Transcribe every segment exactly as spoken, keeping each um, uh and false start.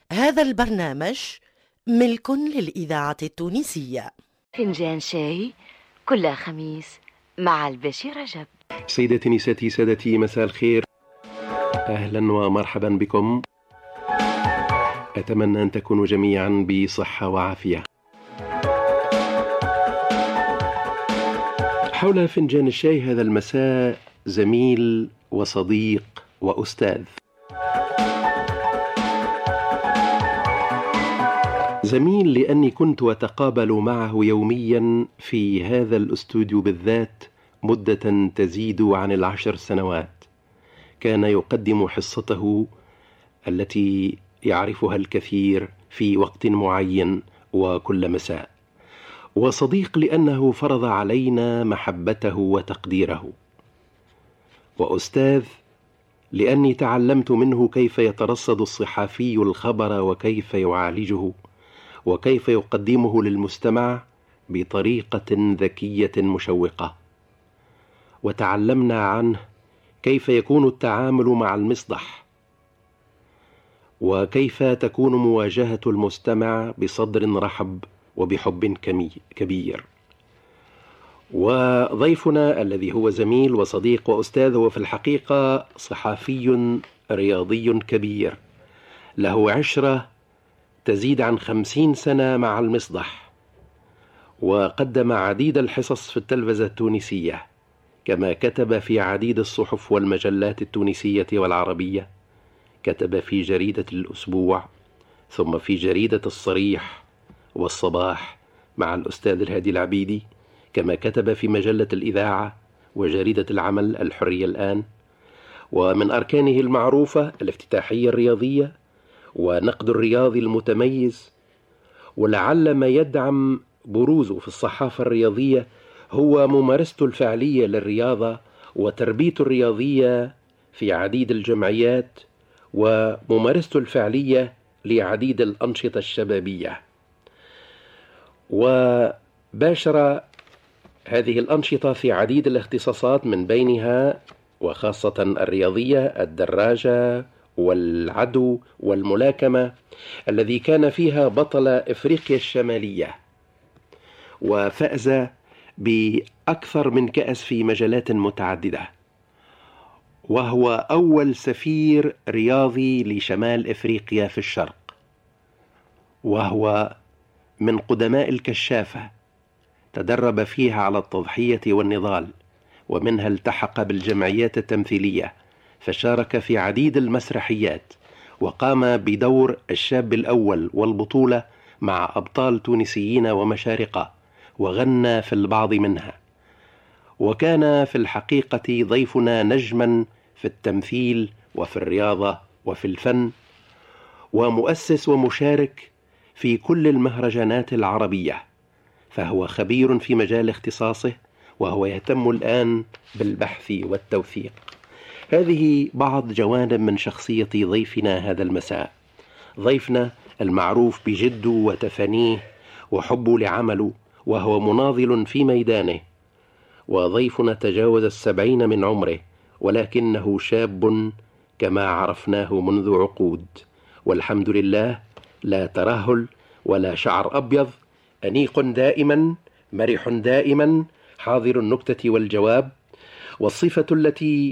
هذا البرنامج ملك للإذاعة التونسية. فنجان شاي كل خميس مع الباشي رجب. سيداتي نساتي سادتي، مساء الخير، أهلا ومرحبا بكم. أتمنى أن تكونوا جميعا بصحة وعافية. حول فنجان الشاي هذا المساء زميل وصديق وأستاذ. زميل لأني كنت أتقابل معه يوميا في هذا الأستوديو بالذات مدة تزيد عن العشر سنوات. كان يقدم حصته التي يعرفها الكثير في وقت معين وكل مساء، وصديق لأنه فرض علينا محبته وتقديره، وأستاذ لأني تعلمت منه كيف يترصد الصحفي الخبر وكيف يعالجه وكيف يقدمه للمستمع بطريقة ذكية مشوقة. وتعلمنا عنه كيف يكون التعامل مع المصدح، وكيف تكون مواجهة المستمع بصدر رحب وبحب كبير. وضيفنا الذي هو زميل وصديق وأستاذ هو في الحقيقة صحفي رياضي كبير، له عشرة تزيد عن خمسين سنة مع المصدح، وقدم عديد الحصص في التلفزة التونسية، كما كتب في عديد الصحف والمجلات التونسية والعربية. كتب في جريدة الأسبوع، ثم في جريدة الصريح والصباح مع الأستاذ الهادي العبيدي، كما كتب في مجلة الإذاعة وجريدة العمل الحرية الآن. ومن أركانه المعروفة الافتتاحية الرياضية ونقد الرياضي المتميز. ولعل ما يدعم بروزه في الصحافة الرياضية هو ممارسته الفعلية للرياضة وتربيته الرياضية في عديد الجمعيات وممارسته الفعلية لعديد الأنشطة الشبابية. وباشر هذه الأنشطة في عديد الاختصاصات، من بينها وخاصة الرياضية الدراجة والعدو والملاكمة، الذي كان فيها بطل إفريقيا الشمالية، وفاز بأكثر من كأس في مجالات متعددة، وهو أول سفير رياضي لشمال إفريقيا في الشرق، وهو من قدماء الكشافة، تدرب فيها على التضحية والنضال، ومنها التحق بالجمعيات التمثيلية، فشارك في عديد المسرحيات، وقام بدور الشاب الأول والبطولة مع أبطال تونسيين ومشارقة، وغنى في البعض منها. وكان في الحقيقة ضيفنا نجما في التمثيل وفي الرياضة وفي الفن، ومؤسس ومشارك في كل المهرجانات العربية، فهو خبير في مجال اختصاصه، وهو يهتم الآن بالبحث والتوثيق. هذه بعض جوانب من شخصية ضيفنا هذا المساء. ضيفنا المعروف بجده وتفانيه وحبه لعمله، وهو مناضل في ميدانه. وضيفنا تجاوز السبعين من عمره، ولكنه شاب كما عرفناه منذ عقود، والحمد لله لا ترهل ولا شعر أبيض، أنيق دائما، مرح دائما، حاضر النكتة والجواب. والصفة التي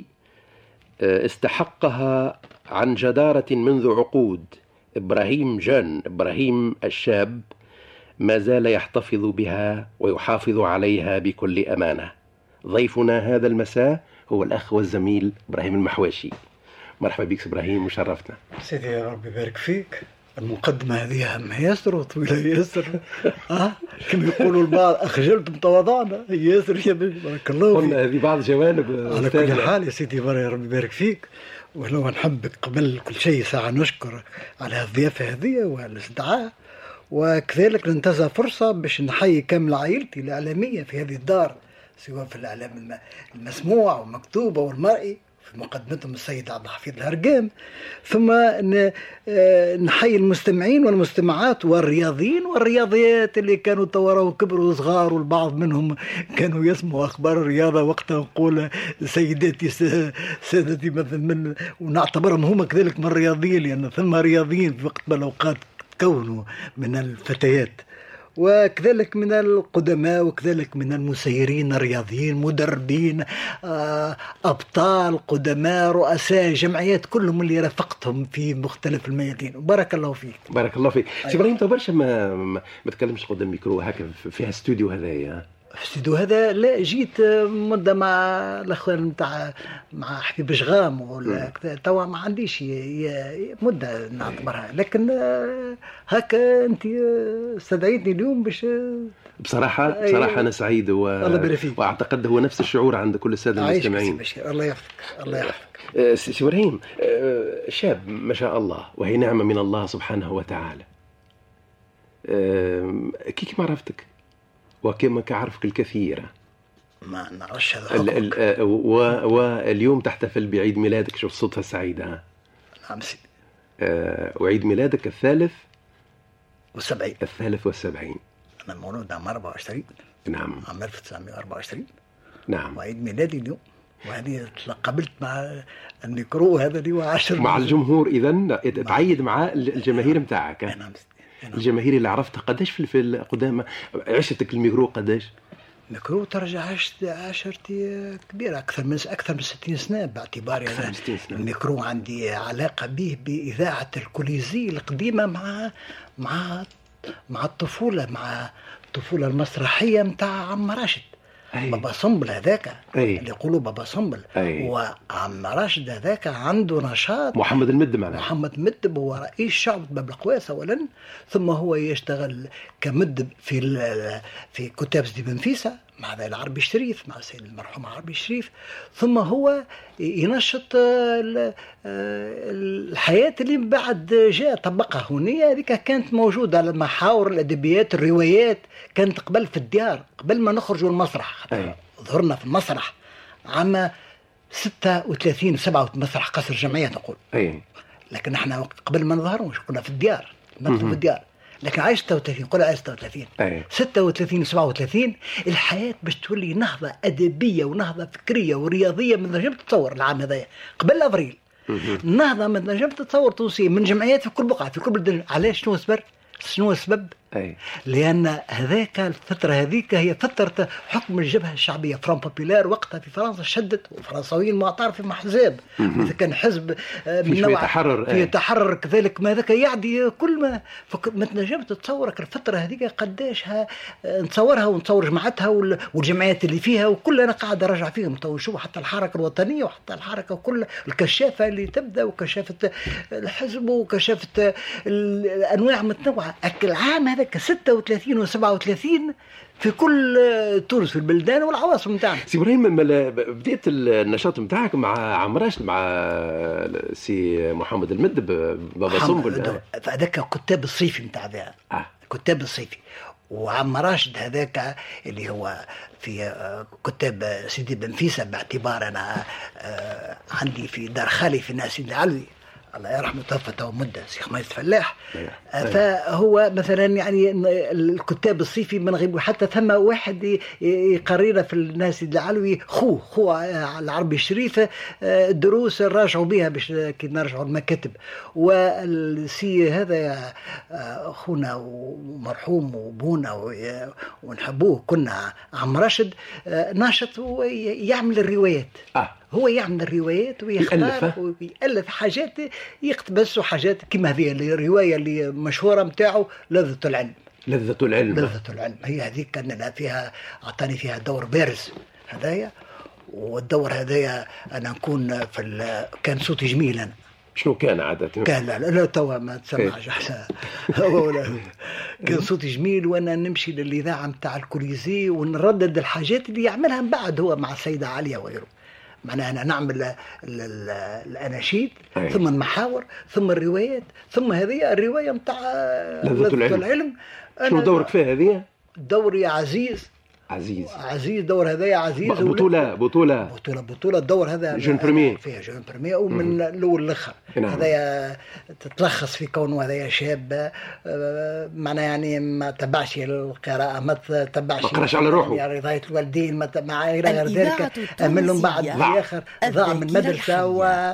استحقها عن جدارة منذ عقود إبراهيم جان، إبراهيم الشاب، ما زال يحتفظ بها ويحافظ عليها بكل أمانة. ضيفنا هذا المساء هو الأخ والزميل إبراهيم المحواشي. مرحبا بك إبراهيم، مشرفتنا. سيدي يا رب يبارك فيك. المقدمة هذه هم ياسر وطويلة ياسر. أه كما يقولوا البعض أخجلتم تواضعنا ياسر يا بني، بارك الله فيك. قلنا هذه بعض جوانب. على كل حال يا سيدي يا رب يبارك فيك. ولو نحب قبل كل شيء ساعة نشكر على الضيافة هذه والاستدعاء، وكذلك ننتهز فرصة باش نحيي كامل عائلتي الإعلامية في هذه الدار، سواء في الإعلام المسموع والمكتوب والمرئي، في مقدمتهم السيد عبد الحفيظ الهرقام. ثم نحيي المستمعين والمستمعات والرياضيين والرياضيات اللي كانوا توروا كبروا صغار، والبعض منهم كانوا يسمعوا أخبار الرياضة وقتها نقول سيداتي سادتي مثلا، من ونعتبرهم هم كذلك من الرياضيين، لأن ثم رياضيين في وقت من الأوقات تكونوا من الفتيات، وكذلك من القدماء، وكذلك من المسيرين الرياضيين، مدربين، أبطال، قدماء، رؤساء جمعيات، كلهم اللي رافقتهم في مختلف الميادين. بارك الله فيك. بارك الله فيك. أيوة. سي إبراهيم، تو برشا ما ما تكلمش قدام الميكرو هكا في استوديو هذايا. في الاستوديو هذا لا، جيت مده مع الاخوان نتاع مع حبيب شغام ولا توا ما عنديش مده نعتبرها، لكن هكا انت استدعيتني اليوم باش. بصراحه بصراحه انا سعيد و... واعتقد هو نفس الشعور عند كل الساده المستمعين. الله يحفظك الله يحفظك. سي إبراهيم، شاب ما شاء الله، وهي نعمه من الله سبحانه وتعالى. كيف ما عرفتك وكما كعرفك الكثير؟ ما نعرفش هذا. واليوم تحتفل بعيد ميلادك، شوف الصدفة السعيدة. نعم سيدي. أه وعيد ميلادك الثالث والسبعين. الثالث والسبعين. أنا مولود عام أربعة وعشرين. نعم. عام ألف وتسعمائة وأربعة وعشرين. نعم. وعيد ميلادي اليوم، وهذه قابلت مع الميكرو هذا اللي هو عشر مع الجمهور. إذن تعيد مع الجماهير متاعك. نعم سيدي. الجماهير اللي عرفتها قداش في القدامى عشتك الميكرو قداش؟ ميكرو ترجع عشت عشرتي كبيرة، أكثر من أكثر من ستين سنة، باعتباري أنا الميكرو عندي علاقة به بإذاعة الكوليزي القديمة مع مع مع الطفولة مع الطفولة المسرحية متاع عم راشد. أي. بابا صنبل هذاك اللي يقولوا بابا صنبل. وعم راشد هذاك عنده نشاط. محمد المدب معنا. محمد المدب هو رئيس شعب باب القواس اولا، ثم هو يشتغل كمدب في في كتاب سيدي بنفيسة مع العربي الشريف، مع السيد المرحوم العربي الشريف، ثم هو ينشط الحياة اللي بعد جاء طبقها هنا. هذيك كانت موجودة على محاور الأدبيات، الروايات كانت قبل في الديار، قبل ما نخرجوا المسرح. ظهرنا في المسرح عام ستة وثلاثين سبعة مسرح قصر الجمعية نقول. أي. لكن احنا قبل ما نظهروا كنا في الديار، نكتب في الديار. لكن عايش ستة وثلاثين، قول عايش ستة وثلاثين. أي. ستة وثلاثين سبعة وثلاثين الحياة باش تولي نهضة أدبية ونهضة فكرية ورياضية من نجم تتصور. العام هذا قبل أفريل النهضة من نجم تتصور تونسية من جمعيات في كل بقعة في كل بلدان. علاش؟ شنو السبب؟ شنو السبب؟ أي. لأن هذاك الفترة هذيك هي فترة حكم الجبهة الشعبية فران بوبيلار، وقتها في فرنسا شدت، والفرنساويين معترف في محزاب، إذا كان حزب من نوع يتحرر في يتحرر كذلك، ما ذاك يعدي كل ما ما تنجم تتصورك الفترة هذيك قداش نتصورها ونتصور جماعتها والجمعيات اللي فيها، وكل أنا قاعد أرجع فيهم تو شوف حتى الحركة الوطنية وحتى الحركة كل الكشافة اللي تبدأ وكشافة الحزب وكشافة الأنواع متنوعة. العام هذاك ستة وثلاثين وسبعة وثلاثين في كل تونس في البلدان والعواصم نتاعنا. سي إبراهيم، بديت النشاط نتاعك مع عم راشد، مع سي محمد المدب بابا صنبل، هذاك كتاب الصيفي نتاع ذا آه. كتاب الصيفي. وعم راشد هذاك اللي هو في كتاب سيدي بنفيسة، باعتبار أنا عندي في دار خالي في ناس العلوي الله يرحمه توفى تو مده سي خميس فلاح. فهو مثلا يعني الكتاب الصيفي ما نغيبوا حتى ثم واحد يقرر في الناس العلوي خو خو العربي الشريف دروس نراجعوا بها باش كي نرجعوا المكاتب. والسي هذا اخونا ومرحوم وبونا ونحبوه كنا عم راشد ناشط ويعمل الروايات. آه. هو يعمل الروايات ويختار ويألف حاجات يقتبس حاجات كما هذه الرواية اللي مشهورة متاعه لذة العلم. لذة العلم لذة العلم هي هذيك كان فيها أعطاني فيها دور بارز هدايا. والدور هدايا أنا نكون في كان صوتي جميل أنا. شنو كان عادة؟ كان لا لا, لا توا ما تسمعش أحسن. كان صوتي جميل وأنا نمشي للإذاعة متاع الكوليزي ونردد الحاجات اللي يعملها من بعد هو مع السيدة عليا وغيره. معناها أنا نعمل الأناشيد ثم المحاور ثم الروايات ثم هذه الرواية متاع لذة العلم. العلم. شنو دورك فيها هذه؟ دوري عزيز عزيز عزيز دور هذايا عزيز بطولة بطولة بطولة بطولة الدور هذا جون بريمير فيها جون بريمير ومن الأول للآخر. هذايا تتلخص في كونه هذايا شاب معنا يعني ما تبعش القراءة، ما تبعش ما قراش على روحه، يعني رضاية الوالدين ما مع غير ذلك من بعد في آخر ضاع من المدرسة و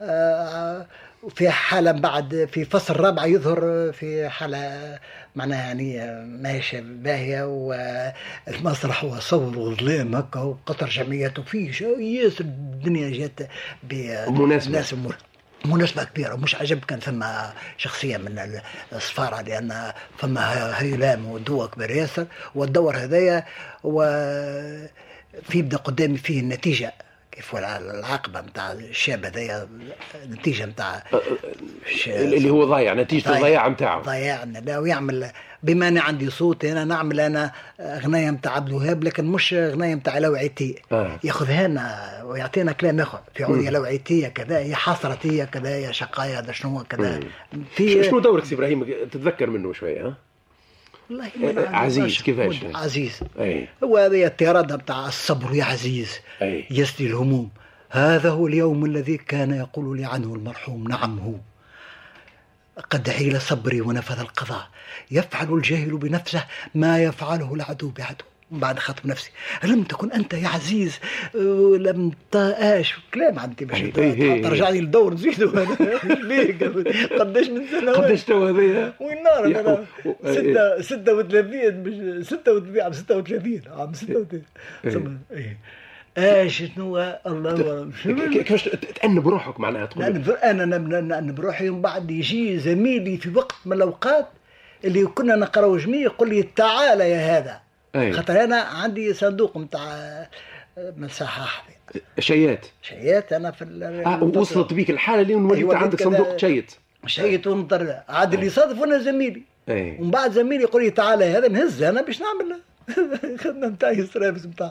وفي حالة بعد في فصل رابع يظهر في حالة معناها يعني ماشية باهية، والمسرح وصور وظلام هكا وقطر جمعيته فيه ياسر الدنيا جات بمناسبة مناسبة كبيرة. مش عجب كان ثم شخصية من الصفارة لأن ثم هيلام ودوا كبير ياسر، والدور هذايا وفي بدأ قدامي فيه النتيجة كيف العاقبة متاع الشاب هذايا، النتيجة متاع اللي هو ضايع، نتيجة الضياع متاعه ضياع لا ويعمل. بما أنا عندي صوت أنا نعمل أنا أغنية متاع عبد الوهاب لكن مش أغنية متاع لوعيتي آه. ياخذها لنا ويعطينا كلام آخر في عودية لوعيتية كذا يا حسرتية كذا يا شقاية هذا شنو كذا. في شنو دورك سي إبراهيم تتذكر منه شوية؟ ها والله عزيز كيفاش عزيز أي. هو هذا التيرادة بتاع الصبر يا عزيز أي. يسلي الهموم، هذا هو اليوم الذي كان يقول لي عنه المرحوم نعم هو، قد حيل صبري ونفذ القضاء، يفعل الجاهل بنفسه ما يفعله العدو بعدو. بعد خطب نفسي لم تكن أنت يا عزيز لم تآش كلام عندي باش ترجع لي الدور نزيدو قداش من سنة قداش تو هذيا وين نار أنا ستة ستة وثلاثين مش ستة وثلاثين عام ستة وثلاثين عام ستة وثلاثين ايش شنو الله كيفاش تأنب بروحك معناها تقول انا نأنب بروحي ومن بعد يجي زميلي في وقت من الأوقات اللي كنا نقراو جميع يقول لي تعال يا هذا أيه. خاطر انا عندي صندوق نتاع من صحاح شيات شيات انا في آه وصلت بيك الحاله اللي وليت عندك صندوق شيت شيت ونضر عاد اللي صادف وانا زميلي أيه. ومن بعد زميلي يقول لي تعال هذا نهز انا باش نعمل خدنا نتاعي السرابس نتاع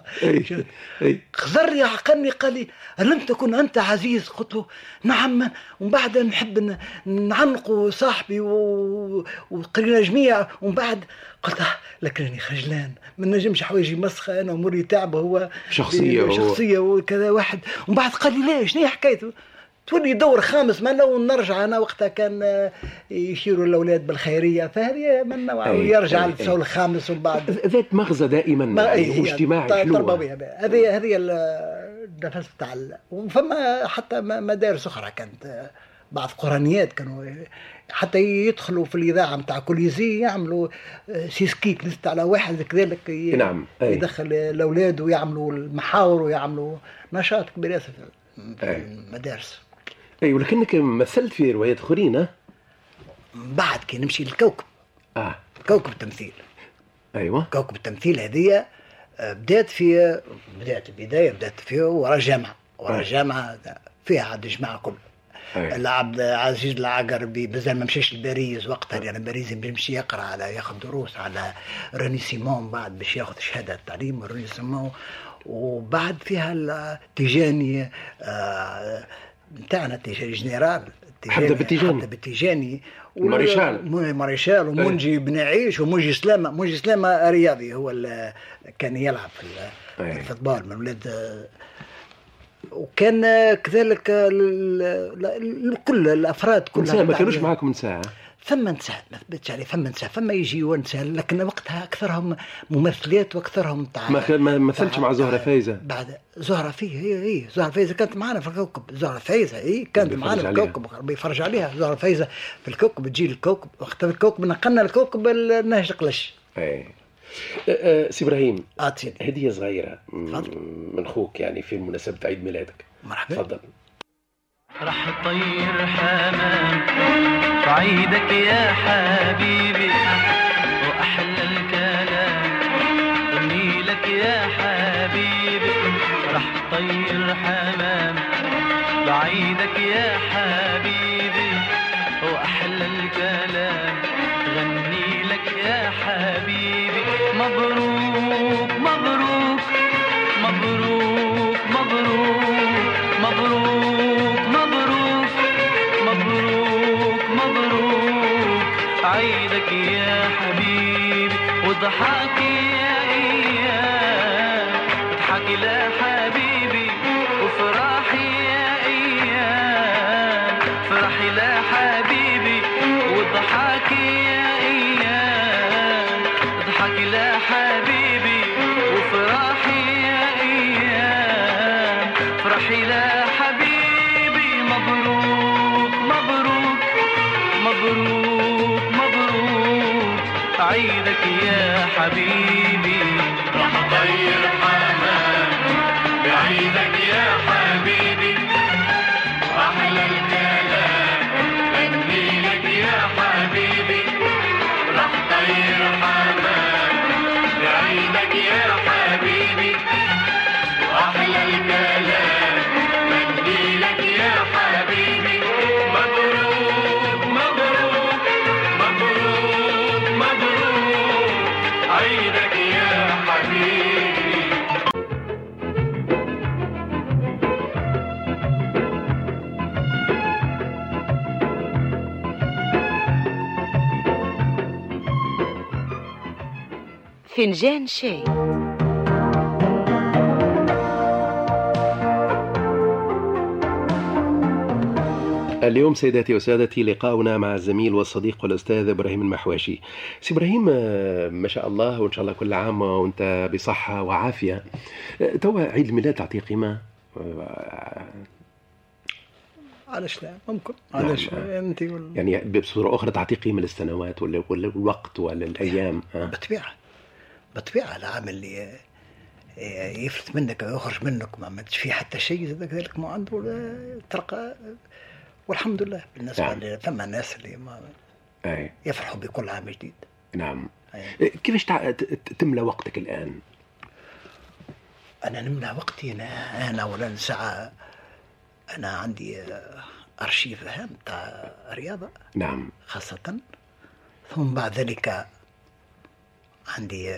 خزر يعقلني قال لي ألم تكن أنت عزيز؟ قلت له نعم. ومن بعد نحب نعنقوا صاحبي وقرينا جميع ومن بعد قلت لكنني خجلان ما نجمش حوايجي مسخة أنا أموري تعبة هو شخصية شخصية وكذا واحد. ومن بعد قال لي لا شنو هي حكايته تولي دور خامس ما لو نرجع أنا وقتها كان يشيروا الأولاد بالخيرية فهذه من نوع ويرجع للسول الخامس ومن بعد ذات مغزى دائما يعني واجتماعي حلوة. هذه هذه النفس بتاع وفما حتى مدارس أخرى كانت بعض قرانيات كانوا حتى يدخلوا في الإذاعة متاع كوليزي يعملوا سيسكيك لست على واحد كذلك نعم. يدخل الأولاد ويعملوا المحاور ويعملوا نشاط كبير في المدارس. اي ولكنك مثلت في روايات اخرين بعد كي نمشي للكوكب اه كوكب التمثيل. ايوه كوكب التمثيل هذه بدات في بدات البدايه بدات في ورا جامعه ورا جامعه فيها عاد الجماعه كل العبد عزيز العقربي بزاف ما مشيش لباريس وقتها لان يعني باريس بيمشي يقرا على ياخذ دروس على روني سيمون بعد باش ياخذ شهاده التعليم روني سيمون. وبعد فيها التيجاني نتاعنا التيجاني جنرال حتى بالتيجاني حتى بالتيجاني ماريشال ماريشال ومنجي بن عيش ومنجي سلامه. منجي سلامه رياضي هو اللي كان يلعب في الفوتبول من ولاد. وكان كذلك كل الافراد كلها ما كانوش معاكم من ساعه ثم نساء ما ثبتش عليه ثم نساء فما يجي ونساء لكن وقتها اكثرهم ممثلات واكثرهم تاع ما مثلش مع زهره فايزه. بعد زهره فيه هي هي زهره فايزه كانت معنا في الكوكب. زهره فايزه هي كانت معنا في الكوكب بيفرج عليها زهره فايزه في الكوكب تجي الكوكب وقت الكوكب نقلنا الكوكب النهج قلش. اي أه سي ابراهيم آتين. هديه صغيره من خوك يعني في مناسبه عيد ميلادك. مرحبا تفضل. راح طير حمام في عيدك يا حبيبي واحلى الكلام غني لك يا حبيبي. راح طير حمام في عيدك يا حبيبي واحلى الكلام غني لك يا حبيبي. مبروك مبروك مبروك مبروك مبروك مبروك مبروك مبروك عيدك يا حبيبي وضحك يا ايام يا أيام اضحك لا حبيبي وفرحي يا أيام فرحي لا حبيبي مبروك مبروك مبروك مبروك عيدك يا حبيبي راح أطير حمام بعيدك يا حبيبي أحلى الكلام غني لك يا حبيبي راح أطير حمام بعيدك يا حبيبي أحلى الكلام غني لك يا حبيبي مبروك مبروك مبروك مبروك عيدك يا حبيبي. فنجان شاي. اليوم سيداتي وسادتي لقاؤنا مع الزميل والصديق والأستاذ إبراهيم المحواشي. سي إبراهيم، ما شاء الله وإن شاء الله كل عام وأنت بصحة وعافية. توا عيد الميلاد تعطيه قيمة؟ علاش لا؟ ممكن. علاش انت يعني بصورة أخرى تعطيه قيمة للسنوات ولا ولا الوقت ولا الأيام؟ بطبيعة بطبيعة العام اللي يفلت منك ويخرج منك ما عملتش فيه حتى شيء زاد كذلك ما عنده تلقى. والحمد لله بالنسبة نعم. ثم الناس اللي ما أي. يفرحوا بكل عام جديد. نعم. أي. كيفاش تع... تملى وقتك الآن؟ أنا نملى وقتي أنا أنا أولا ساعة أنا عندي أرشيف هام تاع رياضة. نعم. خاصة ثم بعد ذلك عندي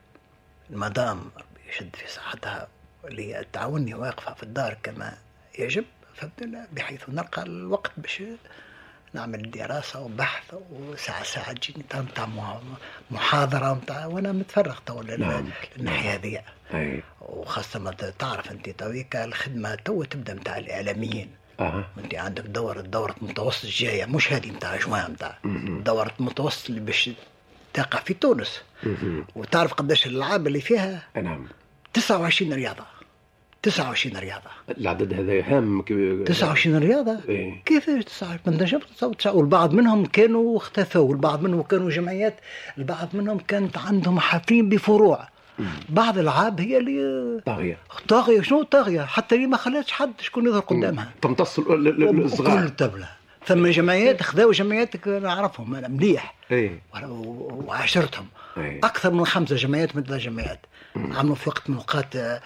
المدام يشد في صحتها اللي تعاوني واقفة في الدار كما يجب، فبدنا بحيث نلقى الوقت باش نعمل دراسة وبحث وساعة ساعة تجيني تاع محاضرة متاع وانا متفرغ تو للناحية هذه. وخاصة ما تعرف انت تويك الخدمة تو تبدا متاع الإعلاميين. أه. انت عندك دورة دورة متوسط جاية، مش هذه متاع جوان متاع دورة متوسط اللي باش تقع في تونس. وتعرف قداش الألعاب اللي فيها؟ نعم. تسعة وعشرين رياضة. تسعة وعشرين رياضة. العدد هذا هام. تسعة وعشرين رياضة؟ إيه؟ كيف تسعة وعشرين؟ والبعض منهم كانوا اختفوا، والبعض منهم كانوا جمعيات، البعض منهم كانت عندهم حافلين بفروع. مم. بعض الألعاب هي اللي طاغية. طاغية شنو طاغية؟ حتى اللي ما خلاتش حد شكون يظهر قدامها. تمتص الصغار. كل الدولة. ثم جمعيات خذاو جمعيات نعرفهم أنا مليح. إيه؟ وعاشرتهم. إيه؟ أكثر من خمسة جمعيات من ثلاث جمعيات. عملوا في وقت من الأوقات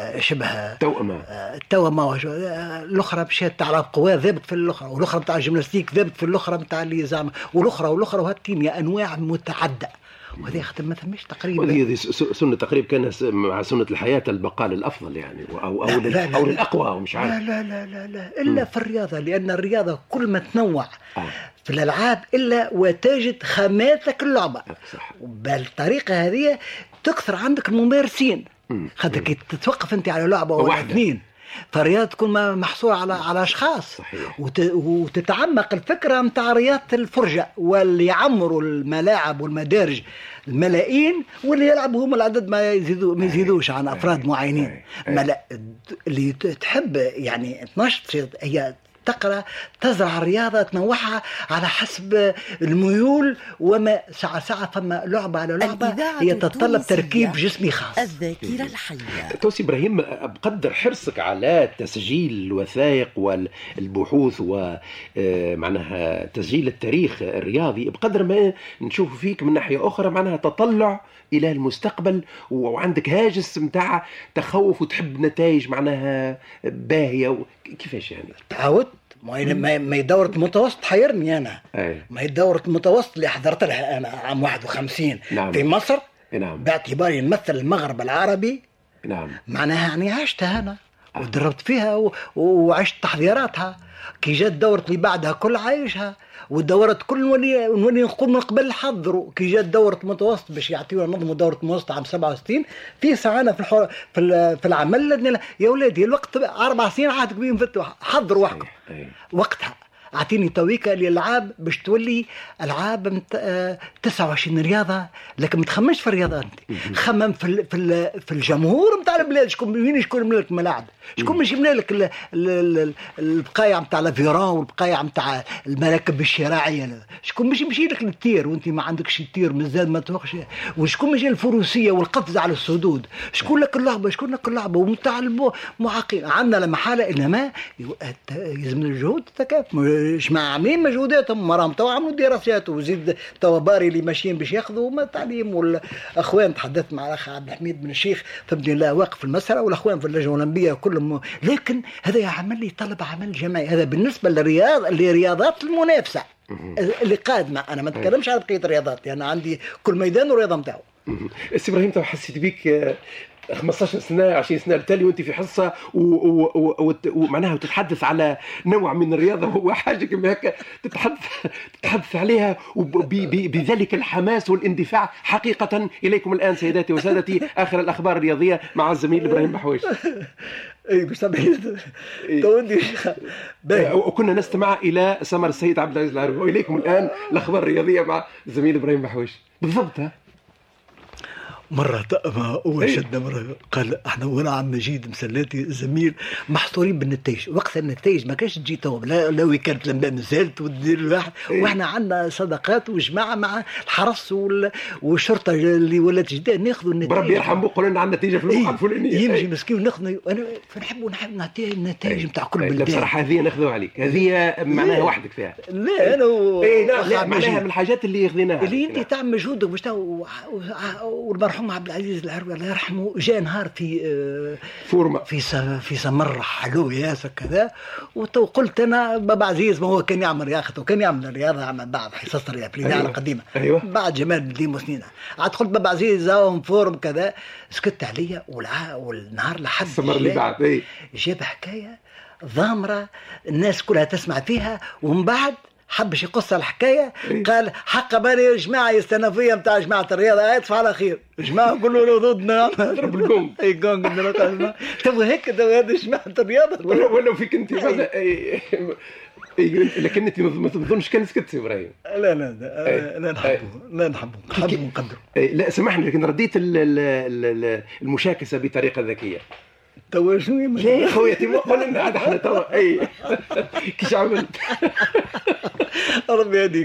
شبه توأمة توأمة الأخرى مشات تلعب قوى ذابت في الأخرى، والأخرى متاع الجيمناستيك ذابت في الأخرى متاع اللي زعما، والأخرى والأخرى وهالتيمية أنواع متعدة. وهذه خاطر ما ثماش تقريبا. وهذه سنة تقريبا كان مع سنة الحياة البقاء للأفضل يعني أو أو لا لا لا أو للأقوى مش عارف. لا لا لا لا إلا م. في الرياضة، لأن الرياضة كل ما تنوع آه. في الألعاب إلا وتجد خاماتك اللعبة. صح. بالطريقة هذه تكثر عندك الممارسين. خاطر كي تتوقف أنت على لعبة ولا اثنين فالرياضة تكون محصورة على على أشخاص. صحيح. وت... وتتعمق الفكرة متاع رياضة الفرجة، واللي يعمروا الملاعب والمدارج الملايين، واللي يلعبوا هم العدد ما يزيدوا ما يزيدوش عن أفراد معينين. ملا... اللي تحب يعني تنشط هي تقرأ تزرع الرياضة تنوعها على حسب الميول، وما ساعة ساعة فما لعبة على لعبة هي تتطلب تركيب جسمي خاص. الذاكرة الحية. توسي إبراهيم، بقدر حرصك على تسجيل الوثائق والبحوث ومعناها تسجيل التاريخ الرياضي، بقدر ما نشوف فيك من ناحية أخرى معناها تطلع إلى المستقبل، وعندك هاجس متاع تخوف وتحب نتائج معناها باهية. كيفاش يعني؟ تعودت ما ما هي دورة متوسط حيرني أنا. أي. ما هي دورة متوسط اللي حضرت لها أنا عام واحد وخمسين. نعم. في مصر. نعم. باعتباري نمثل المغرب العربي. نعم. معناها يعني عشتها أنا آه. ودربت فيها و... وعشت تحضيراتها. كي جات دورة اللي بعدها كل عايشها، والدورات كل نولي نولي نقول من قبل نحضروا. كي جات دورة متوسط باش يعطيونا نظموا دورة متوسط عام سبعة وستين في ساعنا في الحو... في في العمل. يا ولادي الوقت أربع سنين عاد بيهم فتوا حضروا وحكم وقتها. اعطيني تويكا الالعاب باش تولي العاب مت... آه... تسعة وعشرين رياضه، لكن ما تخممش في الرياضات انت، خمم في ال... في, ال... في الجمهور نتاع البلاد. شكون وين شكون يبني لك الملاعب، شكون باش يبني لك ال... ال... البقايع نتاع لافيرون والبقايع نتاع المراكب الشراعيه، شكون باش يمشي لك للتير وانت ما عندكش التير مازال ما توقش، وشكون باش الفروسيه والقفز على السدود، شكون لك اللعبه، شكون لك اللعبه ونتاع المعاقين. عندنا لا محاله انما يلزم الجهود تكافؤ. جماعه عاملين مجهوداتهم، مراهم تو عملوا دراسات وزيد تو باري اللي ماشيين باش ياخذوا التعليم. والاخوان تحدثت مع الاخ عبد الحميد بن الشيخ فبدي الله واقف في المساله، والاخوان في اللجنه الاولمبيه كلهم، لكن هذا عمل يطلب عمل جماعي. هذا بالنسبه للرياض لرياضات المنافسه اللي قادمه. انا ما نتكلمش على بقيه الرياضات لان يعني عندي كل ميدان والرياضه نتاعو. سي ابراهيم تو حسيت بيك خمسطاش سنه عشرين سنه بالتالي وانت في حصه ومعناها وتتحدث على نوع من الرياضه هو حاجه كما هكا تتحدث تتحدث عليها بذلك الحماس والاندفاع. حقيقه اليكم الان سيداتي وسادتي اخر الاخبار الرياضيه مع الزميل ابراهيم بحويش. اي باش تبعيد تودي وكنا نستمع الى سمر السيد عبد العزيز العربي، واليكم الان الاخبار الرياضيه مع الزميل ابراهيم بحويش. بالضبط ها مرة ما هو شدنا مرة قال احنا وانا عم مجيد مسلاتي الزميل محصورين بالنتائج. وقت النتائج ما كانش تجي تو لا لا كانت لما نزلت وتدير الواحد، واحنا عندنا صداقات وجماعة مع الحرس والشرطة اللي ولات جديد ناخذوا النتائج. بربي يرحمه قول لنا عن النتيجة في الوقت الفلانية يمشي مسكين ناخذ. انا فنحبوا نحب نعطيه النتائج نتاع كل بلدان. لا بصراحة هذه ناخذوها عليك، هذه معناها وحدك فيها. لا انا و... اي لا, لا معناها من الحاجات اللي ياخذيناها اللي انت تعمل مجهودك باش والمرحوم عبد العزيز العربي الله يرحمه جاء نهار في فورما في في سمر حلو ياسر كذا، وقلت انا بابا عزيز ما هو كان يعمل رياضه وكان يعمل الرياضه عمل بعض حصص الرياضه في الاذاعه القديمه. أيوة. بعد جمال الدين وسنينه عاد قلت بابا عزيز هاهم فورم كذا، سكت عليا والع... والنهار لحد سمر لي بعد اي جاب حكايه ضامره الناس كلها تسمع فيها، ومن بعد حبش يقص الحكايه قال حق بالي يا جماعه السنفيه نتاع جماعه الرياضه اسف على خير جماعه كلوا له ضدنا ضرب الجونج اي جونج تو هيك تو هذا جماعه الرياضه ولا ولا فيك انت بعد اي لكن انت ما تظنش كان سكت ابراهيم. لا لا لا لا نحبه لا نحبه نحبه ونقدره. لا سامحني لكن رديت المشاكسه بطريقه ذكيه. توا شنو يا خويا ما قول لنا عاد احنا توا اي كيش عملت ربي يهديك.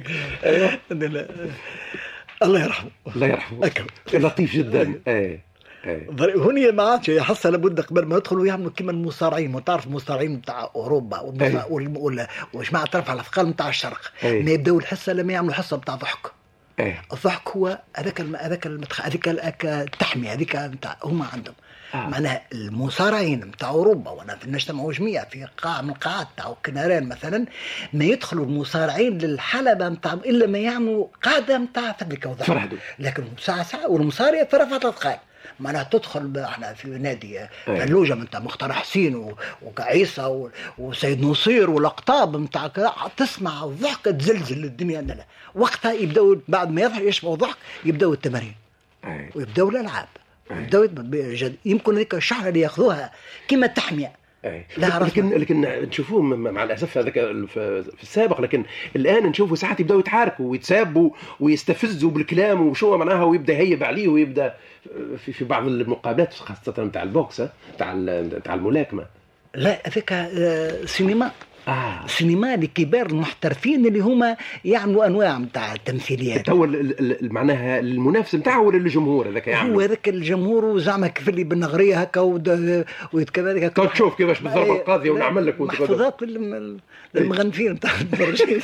الله يرحمه الله يرحمه لطيف جدا. اي هوني ما عادش يحصل لابد قبل ما يدخلوا يعملوا كيما المصارعين، وتعرف المصارعين نتاع اوروبا وجماعه ترفع الاثقال نتاع الشرق ما يبداو الحصه لما يعملوا حصه نتاع ضحك. الضحك هو هذاك هذاك هذيك التحميه هذيك نتاع هما عندهم. آه. معناها المصارعين نتاع اوروبا وانا في نجتمعوا جميع في قاعه من القاعات تاع كنارين مثلا ما يدخلوا المصارعين للحلبه نتاع الا ما يعملوا قاعده نتاع فدك وضحك، لكن ساعه ساعه والمصارع في رفعه الاثقال معناها تدخل احنا في نادي فلوجه نتاع مختار حسين وكعيسى وسيد نصير والاقطاب نتاع تسمع الضحك تزلزل الدنيا. لا وقتها يبداوا بعد ما يضحك يشبعوا الضحك يبداوا التمارين ويبداوا الالعاب يبداوا يمكن هذيك الشهر اللي ياخذوها كما تحميه. لكن لكن نشوفوه مع الاسف هذاك في السابق، لكن الان نشوفوا ساعات يبداوا يتعاركوا ويتسابوا ويستفزوا بالكلام وشو معناها ويبدا يهيب عليه ويبدا في في بعض المقابلات خاصه نتاع البوكس نتاع نتاع الملاكمه. لا هذاك سينما آه. سينما لكبار المحترفين اللي هما يعملوا انواع نتاع التمثيليات. هو معناها المنافس نتاعه ولا الجمهور هذاك يعمل؟ هو هذاك الجمهور وزعما كيف اللي بالنغريه هكا ويتكذلك هكا تشوف كيفاش بالضربه القاضيه ونعمل لك محفوظات المغنفين نتاع المتفرجين.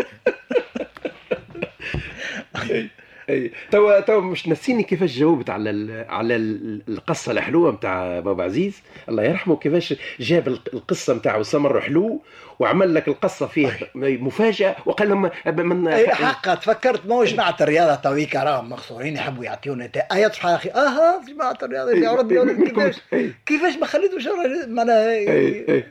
اي توا توا مش نسيني كيفاش جاوبت على على القصه الحلوه نتاع بابا عزيز الله يرحمه، كيفاش جاب القصه نتاعو سمر حلو وعمل لك القصه فيه مفاجاه وقال لهم من اي حقا تفكرت مو جماعه الرياضه تويك راهم مخصورين يحبوا يعطيونا ايات في اخي اها جماعه الرياضه يا ربي كيفاش كيفاش ما خليتوش معناها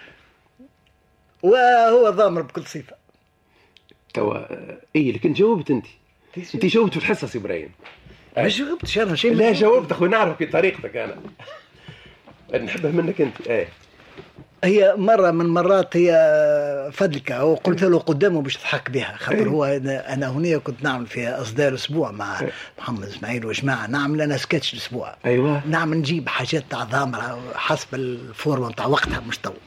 وهو ضامر بكل صفه توا اي لكن جاوبت انت انت جاوبت في الحصص ابراهيم. ما جاوبتش انا شيء. لا جاوبت اخوي نعرف في طريقتك انا نحبها منك انت. ايه هي مرة من مرات هي فدلك وقلت له قدامه باش تضحك بها خاطر هو أنا هنا كنت نعمل في إصدار أسبوع مع محمد إسماعيل وجماعة نعمل أنا سكتش الأسبوع. أيوة. نعمل نجيب حاجات تاع ضامرة حسب الفورمة تاع وقتها مش تو.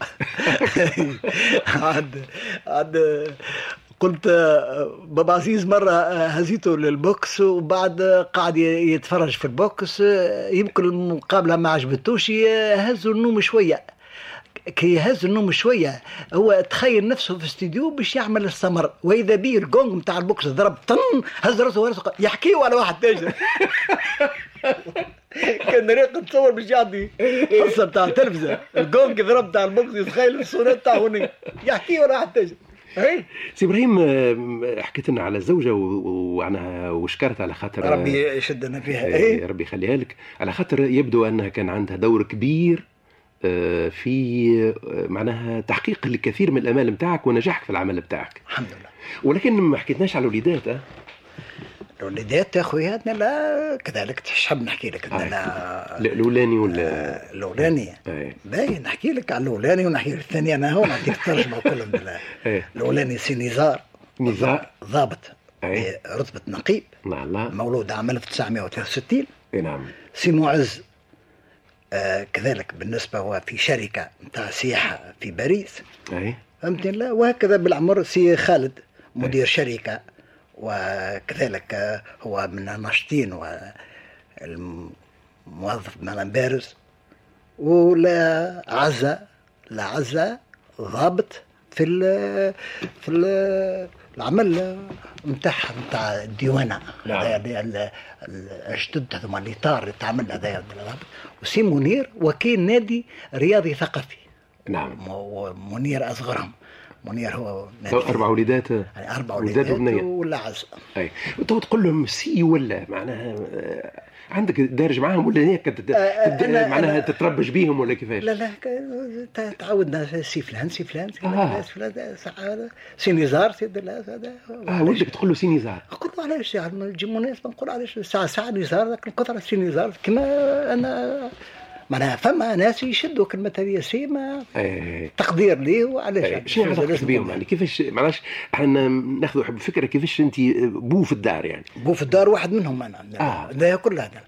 عاد عاد قلت بابا عزيز مرة هزيته للبوكس وبعد قاعد يتفرج في البوكس يمكن المقابلة ما عجبتوش هزوا النوم شوية. كي يهز النوم شويه هو تخيل نفسه في استديو باش يعمل السمر واذا بيه الجونج نتاع البوكس ضرب طن هز راسه وراسه يحكيوا على واحد تاجر. كان ريق تصور باش يعطي حصه نتاع التلفزه الجونج ضرب تاع البوكس يتخيل الصوره تاعه هنا يحكيوا على واحد تاجر. سي ابراهيم حكيت لنا على الزوجه وعنها وشكرت على خاطر ربي يشدنا فيها. ايه ربي يخليها لك على خاطر يبدو انها كان عندها دور كبير في معناها تحقيق الكثير من الامال نتاعك ونجاحك في العمل نتاعك. الحمد لله. ولكن ما حكيتناش على الوليدات. اه الوليدات يا خويا لا كذلك تحب نحكي لك. لا الاولاني ولا الاولاني باين نحكي لك على الاولاني ونحكي لك الثاني. انا هون نعطيك الترجمه كلهم. الاولاني سي نزار نزار ضابط رتبه نقيب مولود عام ألف وتسعمائة وثلاثة وستين. نعم. سي معز آه كذلك بالنسبة هو في شركة نتاع سياحة في باريس. أي. فهمتني لا. وهكذا بالعمر سي خالد مدير أي. شركة وكذلك آه هو من الناشطين والموظف معنا بارز. ولا عزة لا عزة ضابط في ال في ال العمل نتاعها نتاع الديوانة. هذا الجدد هذوما الإطار اللي تعمل هذا. وسي منير وكيل نادي رياضي ثقافي. نعم. منير أصغرهم. منير هو أربع وليدات. يعني أربع وليدات ولا عز. أي. تو تقول لهم سي ولا معناها عندك دارج معاهم ولا هيك معناها تتربج بيهم ولا كيفاش؟ لا لا تعودنا سي فلان سي فلان سي فلان آه. سي نزار سي هذا. اه ولدك تقول له سي نزار؟ نقول له علاش يعني نجي مناسبه نقول علاش ساعه ساعه نزار لكن كثر سي نزار كما انا معناها فما ناس يشدوا كلمه هذه سي ما أيه. تقدير ليه وعلاش شنو علاقتك بيهم يعني كيفاش معلش احنا ناخذوا فكره كيفاش انت بو في الدار يعني بو في الدار واحد منهم انا هذا آه. كل هذا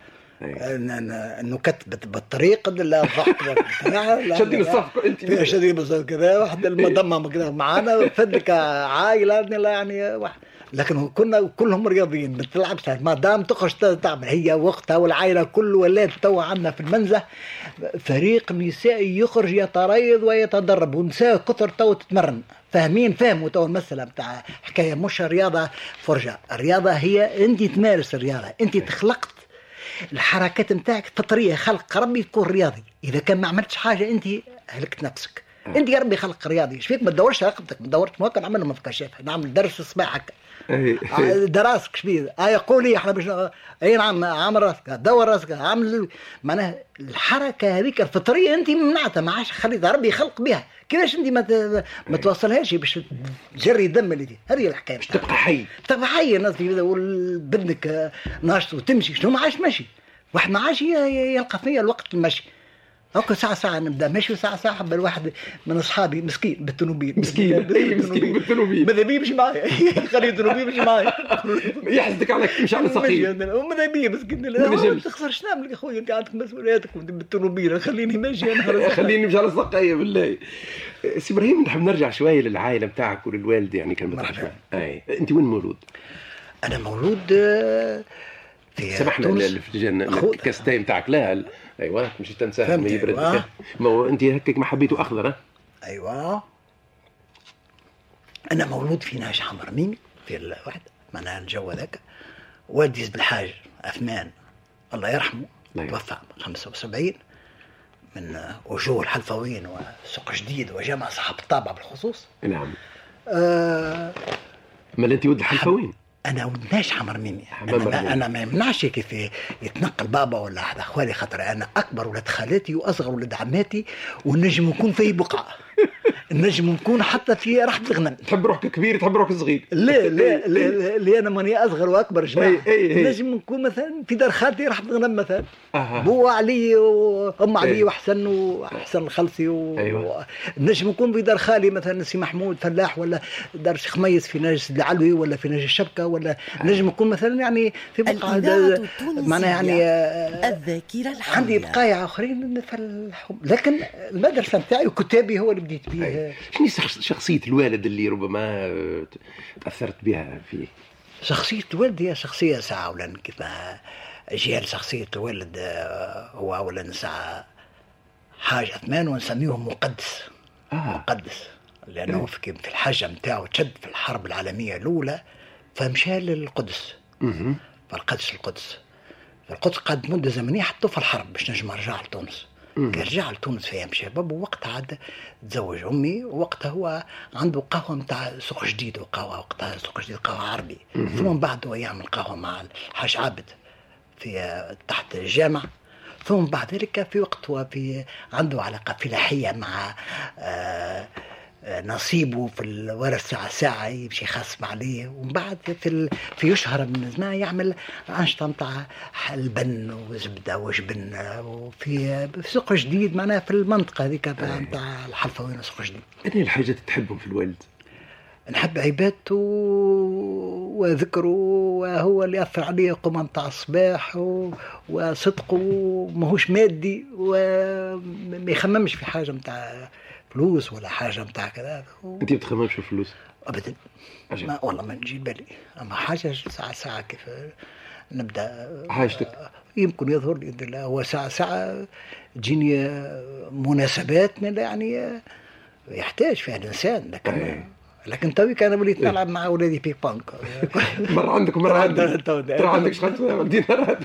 انه كتبت بالطريق لا الضحك شدين الصفقه انت فيها شدين بالضبط كذا واحد المضمه كذا معانا فدك عائله يعني واحد. لكن كنا كلهم رياضيين ما تلعبش ما دام تخرج تعمل هي وقتها والعائله كل ولات تو عندنا في المنزه فريق نسائي يخرج يتريض ويتدرب ونساء كثر تو تتمرن فاهمين فهموا تو المساله بتاع حكايه مش رياضه فرجه. الرياضه هي انت تمارس الرياضه انت تخلقت الحركات نتاعك فطريه خلق ربي تكون رياضي. اذا كان ما عملتش حاجه انت هلكت نفسك. انت يا ربي خلق رياضي ايش فيك ما تدورش رقبتك ما دورت ما كان عملنا ما فكاش نعمل درس الصباح هكا دراسك شبيه اه يقولي احنا باش اي نعم عامل راسك دور راسك عامل معناها الحركه هذيك الفطريه انت منعتها ما عادش خليتها ربي يخلق بها. كيفاش انت ما ما توصلهاش باش تجري دم اللي دي هذه الحكايه باش تبقى حي تبقى حي الناس بدنك ناشط وتمشي شنو ما عادش ماشي واحد ما عادش يلقى فيا الوقت المشي هكا ساعة ساعة نبدأ ماشي ساعة ساعة حب الواحد من أصحابي مسكين بالتنوبيل مسكين مسكين بالتنوبيل ماذا بيه مش معايا خلي التنوبيل مش معايا يحسدك عليك مش على صقيل ماذا بيه مسكين ما تخسرش نعمل يا خويا انت عندك مسؤولياتك بالتنوبيل خليني ماشي انا خليني مش على الصقاية بالله. سي ابراهيم نحب نرجع شوية للعائلة بتاعك وللوالد يعني كان مرحبا. اي انت وين مولود؟ انا مولود في سمحنا الكاستين بتاعك لا ايوه مش تنساها ما يبرد أيوة. ما هو انت هكك ما حبيته اخضر. ايوه انا مولود في ناش حمر ميمي في الواحد معناها الجو هذاك. والدي بالحاج عثمان الله يرحمه توفى خمسة وسبعين من وجوه الحلفويين وسوق جديد وجامع صاحب الطابعه بالخصوص. نعم. آه ما انت ولد الحلفويين؟ انا ولدناش حمر ميمي. انا, أنا ما يمنعش كيف يتنقل بابا ولا احد اخوالي خاطر انا اكبر ولد خالاتي واصغر ولد عماتي ونجم نكون في بقعه. نجم نكون حتى في رحب الغنم. تحب روحك كبير تحب روحك صغير؟ لا لا لا, لا انا ماني اصغر واكبر جماعه. نجم نكون مثلا في دار خالتي رحب الغنم مثلا. أه. بو علي وام علي وحسن وحسن الخلصي و... أيوة. نجم نكون في دار خالي مثلا سي محمود فلاح، ولا دار شيخ ميس في ناجس العلوي، ولا في ناجس الشبكه، ولا نجم نكون مثلا يعني في بقعه معناها يعني الذاكره الحيه. عندي بقايا اخرين في الحب، لكن المدرسه نتاعي وكتابي هو اللي بديت به. شنو شخصيه الوالد اللي ربما تاثرت بها فيه؟ شخصيه الوالد هي شخصيه ساعه ولا كيما اجيال شخصيه الوالد هو ولا ساعه حاج عثمان ونسميه مقدس. آه. مقدس لانه إيه؟ في الحاجه نتاعو تشد في الحرب العالميه الاولى فمشى للقدس. اها. فالقدس القدس القدس قعد مده زمنيه حتى في الحرب باش نجم نرجع لتونس. كان رجع لتونس في ايام شباب، ووقتها عاد تزوج امي، ووقتها هو عنده قهوه نتاع سوق جديد، وقهوه وقتها سوق جديد قهوه عربي. ثم من بعد هو يعمل قهوه مع الحاج عابد في تحت الجامع. ثم بعد ذلك في وقت هو في عنده علاقه فلاحيه مع آه نصيبه في الورث ساعة ساعة يمشي يخصم عليه. ومن بعد في ال... في يشهر من زمان يعمل أنشطة نتاع البن وزبدة وجبن وفي في سوق جديد معناها في المنطقة هذيك نتاع الحلفوين وسوق جديد. أنهي الحاجات تحبهم في الوالد؟ نحب عبادته وذكره، وهو اللي أثر عليه قوم نتاع الصباح و... وصدقه ماهوش مادي، وما يخممش في حاجة نتاع فلوس ولا حاجه نتاع كذا. و... انت بتخممش في الفلوس ابدا؟ ما والله ما نجي بالي، اما حاجه ساعه ساعه كيف نبدا حاجتك يمكن يظهر لي هو ساعه ساعه تجيني مناسبات يعني يحتاج فيها الانسان. لكن أي. لكن توي كان وليت نلعب مع اولادي بيك بانك مره عندك مره عندك ترى عندك شحال دينارات.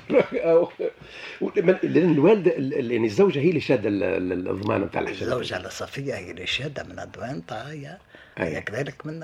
لان الوالده يعني الزوجه هي اللي شاده الضمان نتاع الحاجه. الزوجه صفيه هي اللي شاده من الضمان تاعها، هي كذلك من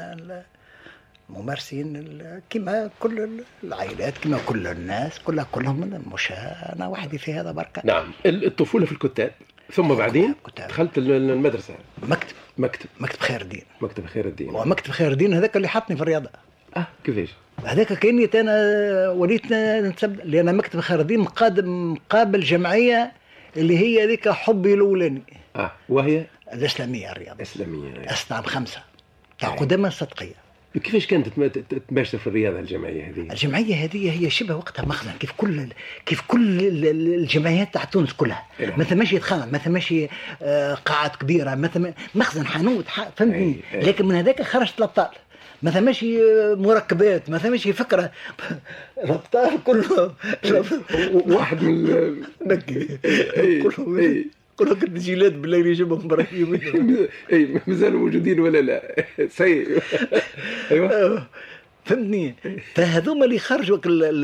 الممارسين كما كل العائلات كما كل الناس كلها كلهم من مش انا وحدي في هذا بركه. نعم. الطفوله في الكتاب، ثم بعدين دخلت المدرسه. مكتب مكتب مكتب خير الدين. مكتب خير الدين. ومكتب خير الدين هذاك اللي حطني في الرياضه. اه كيفاش؟ هذاك كاني انا وليت نتسبب لان مكتب خير الدين مقادم مقابل جمعيه اللي هي ذيك حبي الاولاني. اه وهي الاسلاميه الرياضه الاسلاميه أسنى خمسة تاع قدامى الصدقيه. كيفاش كانت تمارس في الرياضه الجمعيه هذه؟ الجمعيه هذه هي شبه وقتها مخزن كيف كل كيف كل الجمعيات تاع تونس كلها. ما ثماش يتخانق، ما ثماش قاعات كبيره، ما ثم مخزن حانوت فهمتني. لكن من هذاك خرجت الابطال، ما ثماش مركبات، ما ثماش فكره. الابطال كله واحد من كله كلها كنت جيلات بالليل يجيبهم براكيم. اي مازالوا موجودين ولا لا؟ سيء. ايوه فهمتني. فهذوما اللي خرجوا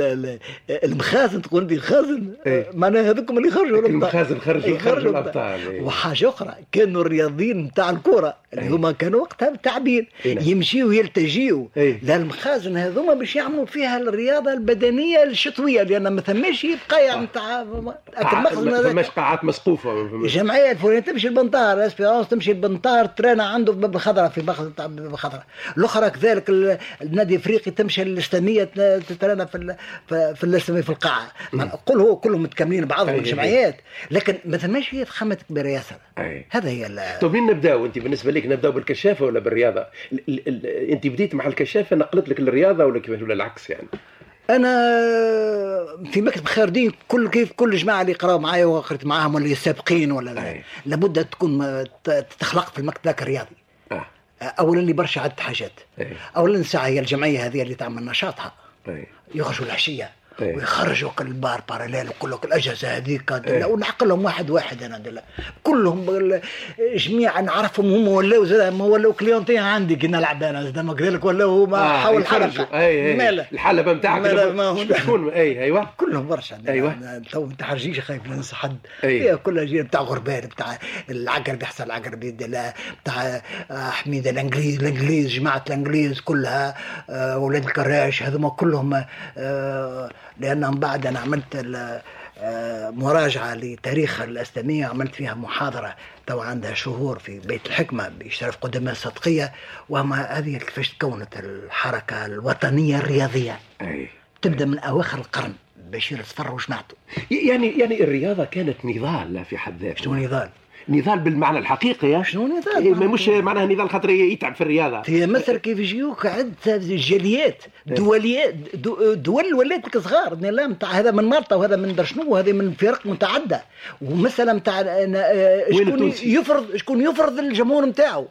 المخازن تقول لي الخازن معناها هذوكم اللي خرجوا المخازن خرجوا خرجوا الابطال. وحاجه اخرى كانوا الرياضيين نتاع الكره اللي هما كانوا وقتها تعبين يمشيوا يلتجيوا للمخازن هذوما باش يعملوا فيها الرياضه البدنيه الشتويه، لان ما ثماش بقايا نتاع المخزن. ما ثماش قاعات مسقوفه. الجمعيه الفلانيه تمشي البنطار، اسبيرونس تمشي البنطار ترانا عنده باب الخضراء في باب الخضراء. الاخرى كذلك النادي افريقي تمشي الاسلاميه تترانا في في الاسلاميه في القاعه. قل هو كلهم متكاملين بعضهم الجمعيات، لكن ما ثماش هي خمت كبيره ياسر. هذا هي. طيب مين نبداو؟ انت بالنسبه لك نبداو بالكشافه ولا بالرياضه؟ ال ال ال انت بديت مع الكشافه نقلت لك الرياضه ولا كيفاش ولا العكس يعني؟ انا في مكتب خير الدين كل كيف كل جماعه اللي يقراوا معايا وقريت معاهم ولا سابقين ولا لابد تكون تخلق في المكتب ذاك الرياضي. آه. اولا اللي برشا عدة حاجات. أي. اولا ساعه هي الجمعيه هذه اللي تعمل نشاطها. أي. يخرجوا العشيه أي. ويخرجوا كل بار باراليل وكل الاجهزه هذيك ونعقلهم واحد واحد. انا دل. كلهم جميعا نعرفهم هم ولاو زاد ما ولاو كليونتي عندي كي نلعب انا زاد ما قال لك ولاو ما آه حول حلقه. الحلبه نتاعك شكون؟ اي ايوه كلهم برشا. ايوه تو ما تحرجيش خايف ننسى حد. هي كلها جيل بتاع غربال بتاع العقربي حسن العقربي بتاع حميده الانجليز الانجليز جماعه الانجليز كلها اولاد الكراش هذوما كلهم لأن من بعد أنا عملت مراجعة لتاريخ الإسلامية، عملت فيها محاضرة تو عندها شهور في بيت الحكمة بإشراف قدماء الصدقية، وما هذه كيفاش تكونت الحركة الوطنية الرياضية. أي. تبدأ من أواخر القرن بشير صفر وشنعته. يعني يعني الرياضة كانت نضال في حد ذاته. شنو نضال؟ نضال بالمعنى الحقيقي. شنو نضال؟ إيه مش معناها نضال خاطر يتعب في الرياضة. في مصر كيف يجيوك عدة جاليات دوليات دول ولات صغار، لا متاع هذا من مالطا وهذا من درشنو وهذا من فرق متعدة، ومثلا متاع شكون يفرض شكون يفرض الجمهور نتاعو.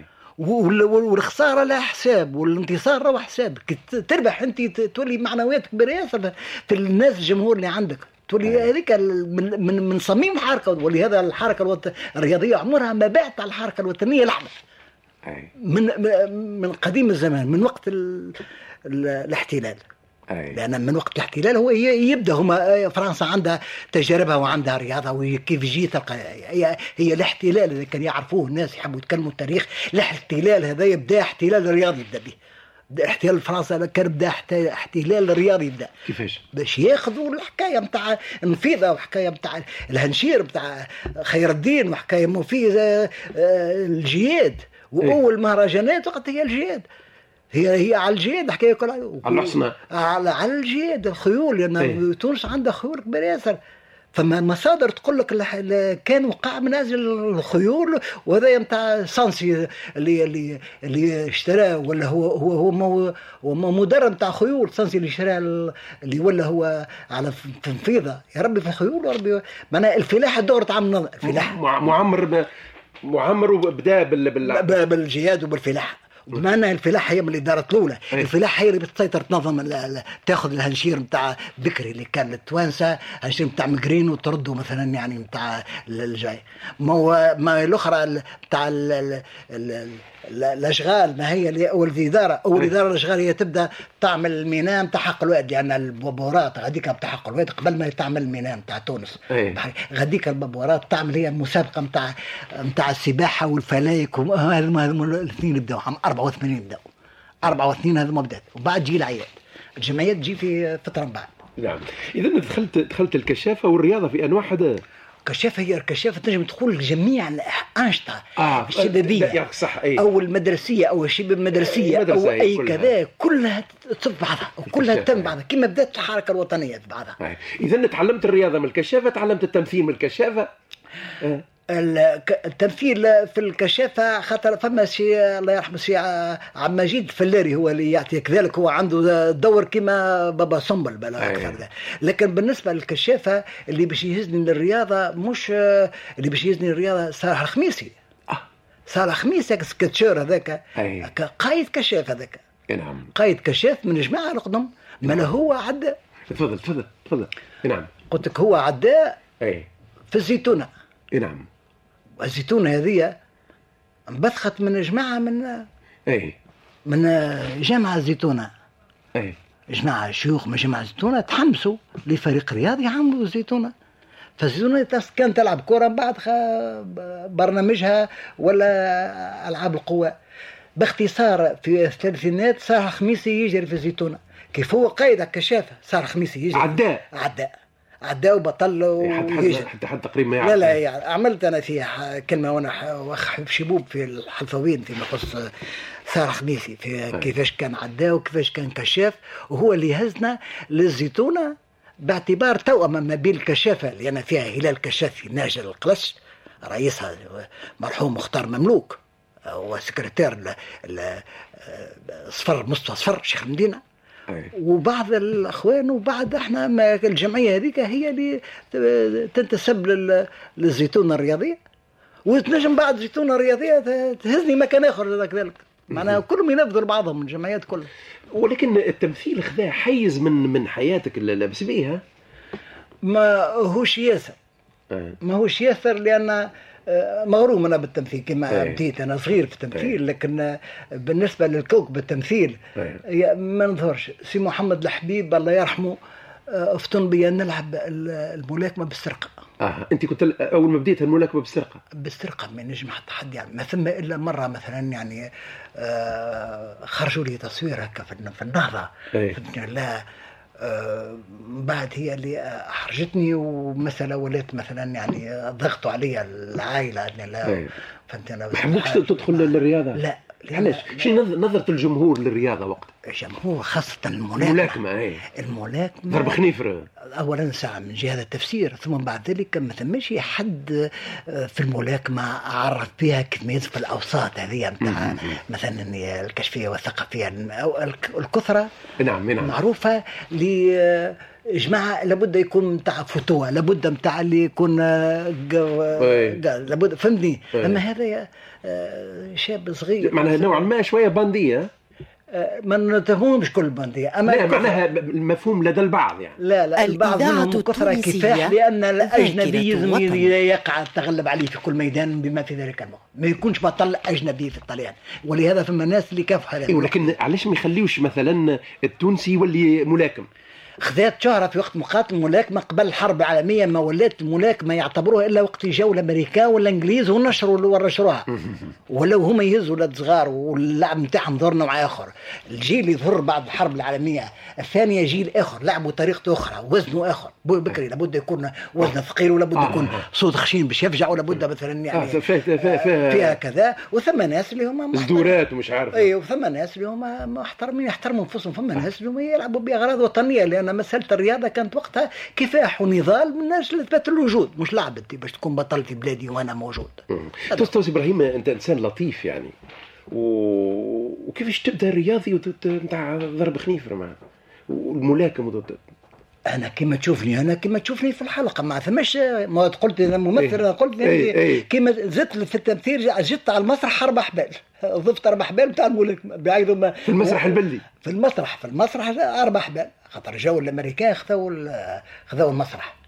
والخساره لها حساب والانتصار له حساب. تربح انت تولي معنوياتك برياسه في الناس الجمهور اللي عندك، تولي هذيك من من من صميم الحركه. ولهذا الحركه الوط... الرياضيه عمرها ما بعت على الحركه الوطنيه لحظه. من من قديم الزمان، من وقت ال... ال... الاحتلال. أي. لأن من وقت الاحتلال هو يبدأ هما فرنسا عندها تجاربها وعندها رياضة وكيف جي تلقى هي, هي الاحتلال اللي كان يعرفوه الناس يحبوا يتكلموا التاريخ. الاحتلال هذا يبدأ احتلال رياضي يبدأ به. احتلال فرنسا كان بدا احتلال رياضي يبدا كيفاش باش ياخذوا الحكايه نتاع النفيضه وحكايه نتاع الهنشير نتاع خير الدين وحكايه مفيده الجياد. واول مهرجانات وقت هي الجياد، هي هي على الجياد حكايه كلها على الحصنة على على الجياد الخيول، لان يعني تونس عندها خيول كبير ياسر. فما مصادر تقول لك كان وقع منازل الخيول، وهذا نتاع سانسي اللي اللي اللي اشتراه ولا هو هو هو, هو مدرب نتاع خيول. سانسي اللي اشتراه اللي ولا هو على تنفيذه يا ربي في الخيول. وربي معناها الفلاحه دورت عام الفلاحه معمر معمر وبدا بال بالجهاد وبالفلاحه. بمعنى الفلاحه هي من الاداره الاولى. الفلاحه هي اللي بتسيطر تنظم تاخذ الهنشير نتاع بكري اللي كان التوانسه، هنشير نتاع مقرين وتردوا مثلا يعني نتاع الجاي. ما هو ما الاخرى نتاع الاشغال، ما هي اللي اول اداره اول اداره الاشغال هي تبدا تعمل الميناء نتاع حق الواد، لان البابورات غاديك نتاع حق الواد قبل ما تعمل الميناء نتاع تونس. غاديك البابورات تعمل هي المسابقه نتاع نتاع السباحه والفلايك، وهذا الاثنين يبداو عام أربعة وثمانين يبداو أربعة وثمانين هذا ما بدات، وبعد تجي العياد الجمعيات تجي في فتره من بعد. نعم. اذا دخلت دخلت الكشافه والرياضه في انواعها. كشافة هي الكشافة تنجم تقول جميع الأنشطة آه. الشبابية صح. أي. أو المدرسية أو الشباب المدرسية أو أي كذا كلها تصب بعضها وكلها تم بعضها كما بدأت الحركة الوطنية بعضها. إذا تعلمت الرياضة من الكشافة، تعلمت التمثيل من الكشافة. آه. التمثيل في الكشافة خاطر فما شيء الله يرحمه سي عم مجيد الفلاري هو اللي يعطي كذلك، هو عنده دور كما بابا سنبل بلا. لكن بالنسبة للكشافة اللي باش يهزني للرياضة مش اللي باش يهزني للرياضة صالح الخميسي. آه. صالح الخميسي سكتشور هذاك قايد كشاف هذاك. نعم. قايد كشاف من جماعة القدم. ما هو عداء. تفضل تفضل تفضل. نعم. قلت لك هو عداء. أي. في الزيتونة. نعم. الزيتونة هذه انبثقت من جماعة من أي. من جامعة الزيتونة. أي. جماعة شيوخ من جامعة الزيتونة تحمسوا لفريق رياضي عملوا الزيتونة. فالزيتونة كانت تلعب كرة بعد برنامجها ولا ألعاب القوى. باختصار في الثلاثينات صار خميسي يجري في الزيتونة كيف هو قايد كشافة. صار خميسي يجري عداء عداء عداء وبطل ويجري حتى حد تقريبا ما يعرف. لا لا يعني عملت أنا فيها كلمة وأنا وأخ شبوب في الحلفوين فيما يخص صار خميسي في كيفاش كان عداء وكيفاش كان كشاف، وهو اللي هزنا للزيتونة باعتبار توأم ما بين الكشافة اللي أنا فيها هلال كشافي ناجل القلش رئيسها مرحوم مختار مملوك وسكرتير صفر مصطفى صفر شيخ المدينة وبعض الأخوان، وبعد احنا ما الجمعية هذيك هي اللي تنتسب للزيتونة الرياضية، وتنجم بعد زيتونة الرياضية تهزني مكان آخر كذلك. معناها كلهم ينفذوا بعضهم من الجمعيات كلها. ولكن التمثيل خذا حيز من من حياتك اللي لابس بيها. ما هوش ياسر. أه. ما هوش ياسر لأن مغروم أنا بالتمثيل كما بديت أنا صغير في التمثيل. لكن بالنسبة للكوكب التمثيل ما نظهرش. سي محمد الحبيب الله يرحمه افتن بي نلعب الملاكمة بالسرقة. اه انت كنت اول ما بديت الملاكمه بالسرقه؟ بالسرقه ما نجم حتى حد يعني ما ثم الا مره مثلا يعني آه خرجوا لي تصوير هكا في النهضه. لا آه بعد هي اللي احرجتني، ومثلا ولات مثلا يعني ضغطوا علي العائله اني لا فهمت انا. ما حبوكش تدخل للرياضه؟ لا. علاش؟ شنو نظره الجمهور للرياضه وقت؟ الجمهور خاصه الملاكمه. الملاكمه اي الملاكمه ضرب خنيفر اولا ساعه من جهه التفسير، ثم بعد ذلك ما ثماش حد في الملاكمه عرف بها كيف في الاوساط هذه نتاع مثلا الكشفيه والثقافيه الكثره. نعم نعم معروفه ل جماعة لابد يكون متاع فتوة، لابد متاع اللي يكون لابد فهمني. أما هذا شاب صغير معناها نوعا ما شوية باندية، ما نتهمش كل باندية، أما لا معناها المفهوم لدى البعض يعني. لا لا البعض منهم كثرة كفاح، لأن الأجنبي يزم يقع تغلب عليه في كل ميدان بما في ذلك الموقف، ما يكونش بطل أجنبي في الطليان، ولهذا فما ناس اللي كافحوا عليه. إيه ولكن علاش ما يخليوش مثلا التونسي يولي ملاكم؟ خذات شهرة في وقت مقاتل الملاكمة قبل الحرب العالمية، ما ولات الملاكمة يعتبروها إلا وقت يجاو الأمريكان ولا الإنجليز ونشروا ونشروها، ولو هما يهزوا ولاد صغار واللعب نتاعهم ظهر نوع آخر. الجيل يظهر بعد الحرب العالمية الثانية جيل آخر، لعبوا طريقة أخرى، وزنه آخر بكري، لابد يكون وزنه ثقيل ولابد يكون صوت خشين باش يفجع، ولابد مثلا يعني فيها كذا. وثم ناس اللي هما صدورات ومش عارف اي، وثم ناس اللي هما محترمين يحترموا انفسهم، ثم ناس اللي هما يلعبوا باغراض وطنيه، لان مساله الرياضه كانت وقتها كفاح ونضال من اجل اثبات الوجود، مش لعبتي باش تكون بطل في بلادي وانا موجود. توس ابراهيم انت انسان لطيف يعني، و... وكيفاش تبدا الرياضي نتاع ضرب خنيفر معه والملاكم وضد... انا كما تشوفني انا كما تشوفني في الحلقه ما ثماش ما قلت انا ممثل. انا قلت كما زدت في التمثيل زدت على المسرح اربع حبال، ضفت اربع حبال بتاع الملاكمه بعيد في المسرح البلدي. في المسرح في المسرح اربع حبال، خاطر جاوا الامريكان خذوا خذوا المسرح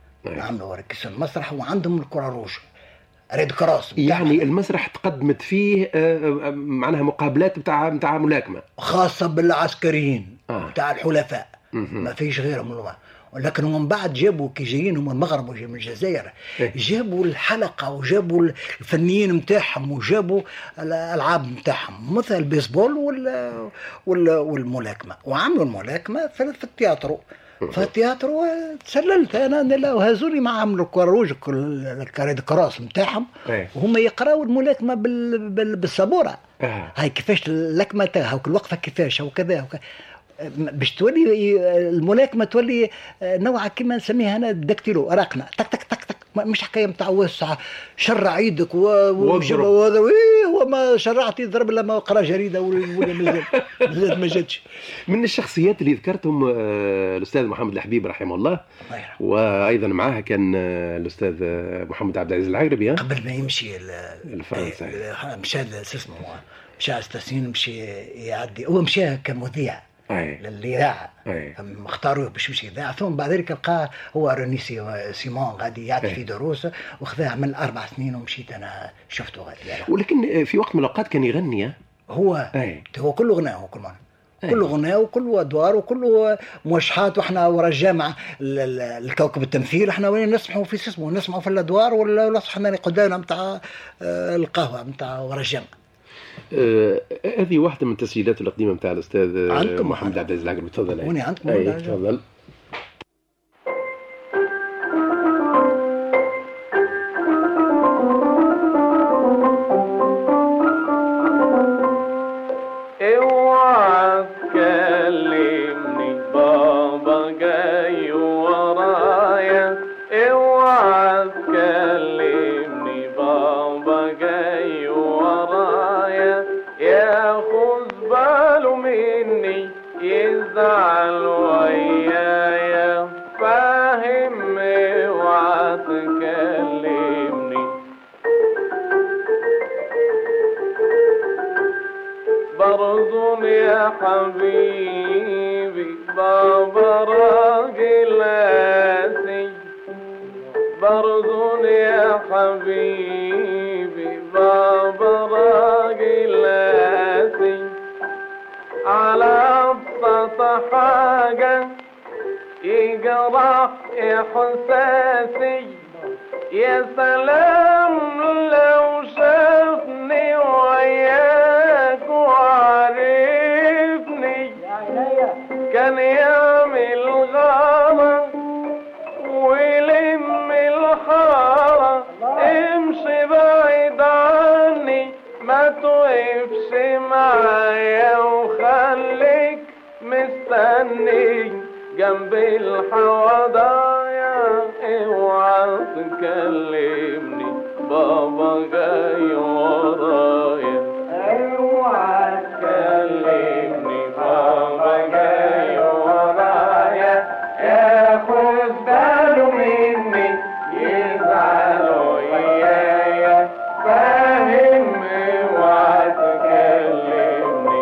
عملوا ركزوا المسرح، وعندهم الكره روج ريد كروس. يعني المسرح تقدمت فيه معناها مقابلات بتاع بتاع ملاكمه خاصه بالعسكريين بتاع آه. الحلفاء، ما فيش غيرهم. ولكن من بعد جابوا كي جايين من المغرب وجاي من الجزائر، جابوا الحلقه وجابوا الفنيين نتاعهم وجابوا الالعاب نتاعهم مثل البيسبول وال والملاكمه، وعملوا الملاكمه في التياترو. فالتياتر تسللت انا وهزوني معهم الكروج الكاريد كراس نتاعهم، وهم يقراوا الملاكمه بال... بال... بالصبوره. آه. هاي كيفاش اللكمه تاعها والوقفه كيفاش وكذا وكذا، باش تولي الملاكمه تولي نوعا كما نسميها انا الدكتيلو راقنا تك تك تك تك، مش حكايه نتاع وسع شرع ايدك وهذا هو ما شرعت يضرب لما قرا جريده ولا مازال ما جاتش. من الشخصيات اللي ذكرتهم الاستاذ محمد الحبيب رحمه الله، وايضا معها كان الاستاذ محمد عبد العزيز العقربي قبل ما يمشي لفرنسا، مشى اسمه مشى ستاسيون مشي يعدي، هو مشى كمذيع للإذاعة، اختاروه باش يمشي إذاعة، ثم بعد ذلك لقاه هو روني سيمون غادي يعطي في دروس، وخذاه من أربع سنين ومشيت أنا شفته غادي. ولكن في وقت من الأوقات كان يغني هو أي. هو كله غناء، هو كل مرة كله غناء وكله أدوار وكله موشحات، وإحنا ورا الجامعة الكوكب التمثيل إحنا وين نسمعوا في اسمه نسمعوا في الأدوار، ولا صحنا قدامنا متاع القهوة متاع ورا الجامعة. آه، هذه واحدة من التسجيلات القديمة متاع الأستاذ محمد عبد العزيز العقربي. تفضل. هوني عندكم. أي تفضل. اوعى تكلمني بابا جاي ورايا، اوعى تكلمني بابا جاي ورايا، ياخذ باله مني يزعل ويايا، فاهم اوعى تكلمني. برضو يا حبيبي بابا راجل قاسي، برضو يا حبيبي بابا راجل قاسي، على أبسط حاجة يجرح إحساسي، يا سلام لو شافني وياك وعرفني، كان يعمل مستني جنب الحوضايا، اوعى تكلمني بابا جاي ورايا، اوعى تكلمني بابا جاي ورايا، ياخد باله مني يزعلوا ويايا، فاهم اوعى تكلمني.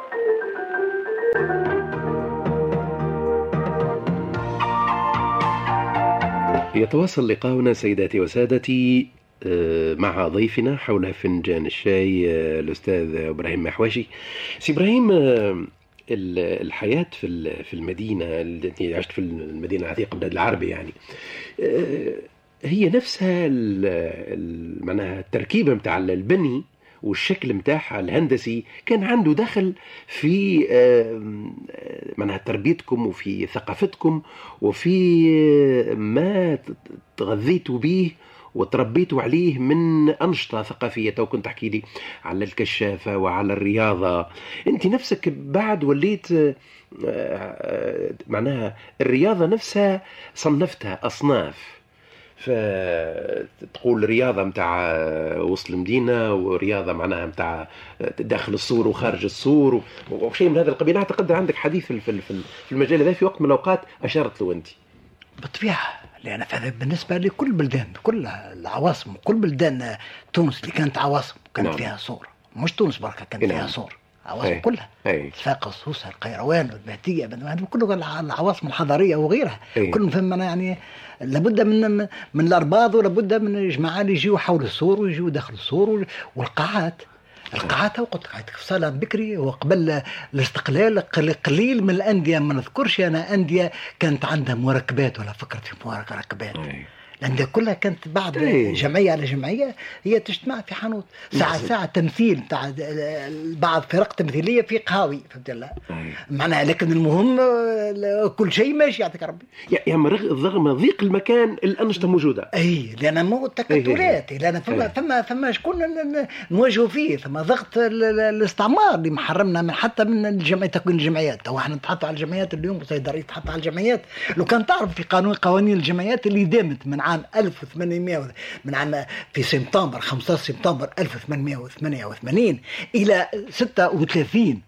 يتواصل لقاؤنا سيداتي وسادتي مع ضيفنا حول فنجان الشاي الأستاذ إبراهيم محواشي. سي إبراهيم، الحياة في في المدينة التي عشت في المدينة العتيقة بلاد العربي يعني هي نفسها معناها التركيبة متاع البني والشكل متاعها الهندسي كان عنده دخل في معناها تربيتكم وفي ثقافتكم وفي ما تغذيتوا به وتربيتوا عليه من أنشطة ثقافية. تو كنت تحكي لي على الكشافة وعلى الرياضة، أنت نفسك بعد وليت معناها الرياضة نفسها صنفتها أصناف، فتقول رياضة متاع وسط المدينة ورياضة معناها متاع داخل السور وخارج السور وشيء من هذا القبيل. أعتقد عندك حديث في المجال هذا في وقت من الأوقات أشارت له أنت. بالطبيعة، لأن هذا بالنسبة لكل بلدان، كل العواصم، كل بلدان تونس اللي كانت عواصم كانت نعم. فيها سور، مش تونس بركة كانت نعم. فيها سور، عواصم أي. كلها صفاقس، سوسة، القيروان، البهتية، كل العواصم الحضارية وغيرها أي. كلهم فهمنا يعني لابد من من الأرباض ولابد من الجماعة اللي يجيوا حول السور ويجيوا داخل السور والقاعات. القاعات وقت قاعد صالة بكري وقبل الاستقلال قليل من الأندية، ما نذكرش أنا أندية كانت عندها مركبات ولا فكرت في مركبات. الأندية كلها كانت بعد أي. جمعية على جمعية هي تجتمع في حانوت ساعة ساعة تمثيل تاع بعض فرق تمثيلية في قهاوي، فهمت الله معناها. لكن المهم كل شيء ماشي يعطيك ربي، يعني رغم ضيق المكان الأنشطة موجودة. أي لأن مو تكتلات، لأن فما فما فما شكون نواجهوا فيه، ثم ضغط الاستعمار اللي محرمنا من حتى من الجمعية تكوين الجمعيات. تو احنا نتحطوا على الجمعيات اليوم وسيدري تحط على الجمعيات. لو كان تعرف في قانون قوانين الجمعيات اللي دامت من عام ألف وثمانمائة من عام في سبتمبر خمسة عشر سبتمبر ألف وثمانمائة وثمانية وثمانين إلى ستة وثلاثين،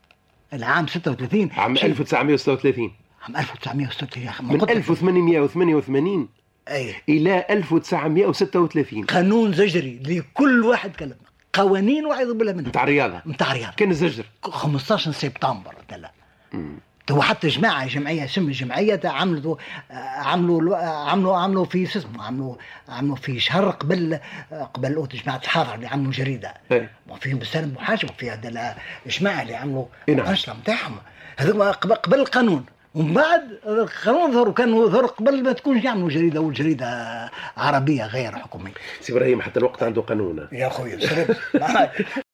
العام ستة وثلاثين، عام ألف وتسعمائة وستة وثلاثين، عام ألف وتسعمائة وستة وثلاثين من ألف وثمانمائة وثمانية وثمانين أي. إلى ألف وتسعمائة وستة وثلاثين قانون زجري لكل واحد كلمة، قوانين واحد يقبلها منها متاع الرياضة متاع الرياضة كان الزجر خمسة عشر سبتمبر تلا. تو حتى جماعة جمعية اسم الجمعية عملوا عملوا عملوا عملوا في اسمه عملوا عملوا في شهر قبل قبل الأوت جماعة الحاضر اللي عملوا جريدة وفيهم بسالم محاجب وفي هذا الجماعة اللي عملوا الأنشطة نتاعهم هذا قبل القانون. ومن بعد القانون ظهروا كانوا ظهروا قبل ما تكون يعملوا جريدة والجريدة عربية غير حكومية. سي إبراهيم حتى الوقت عنده قانون يا أخوي.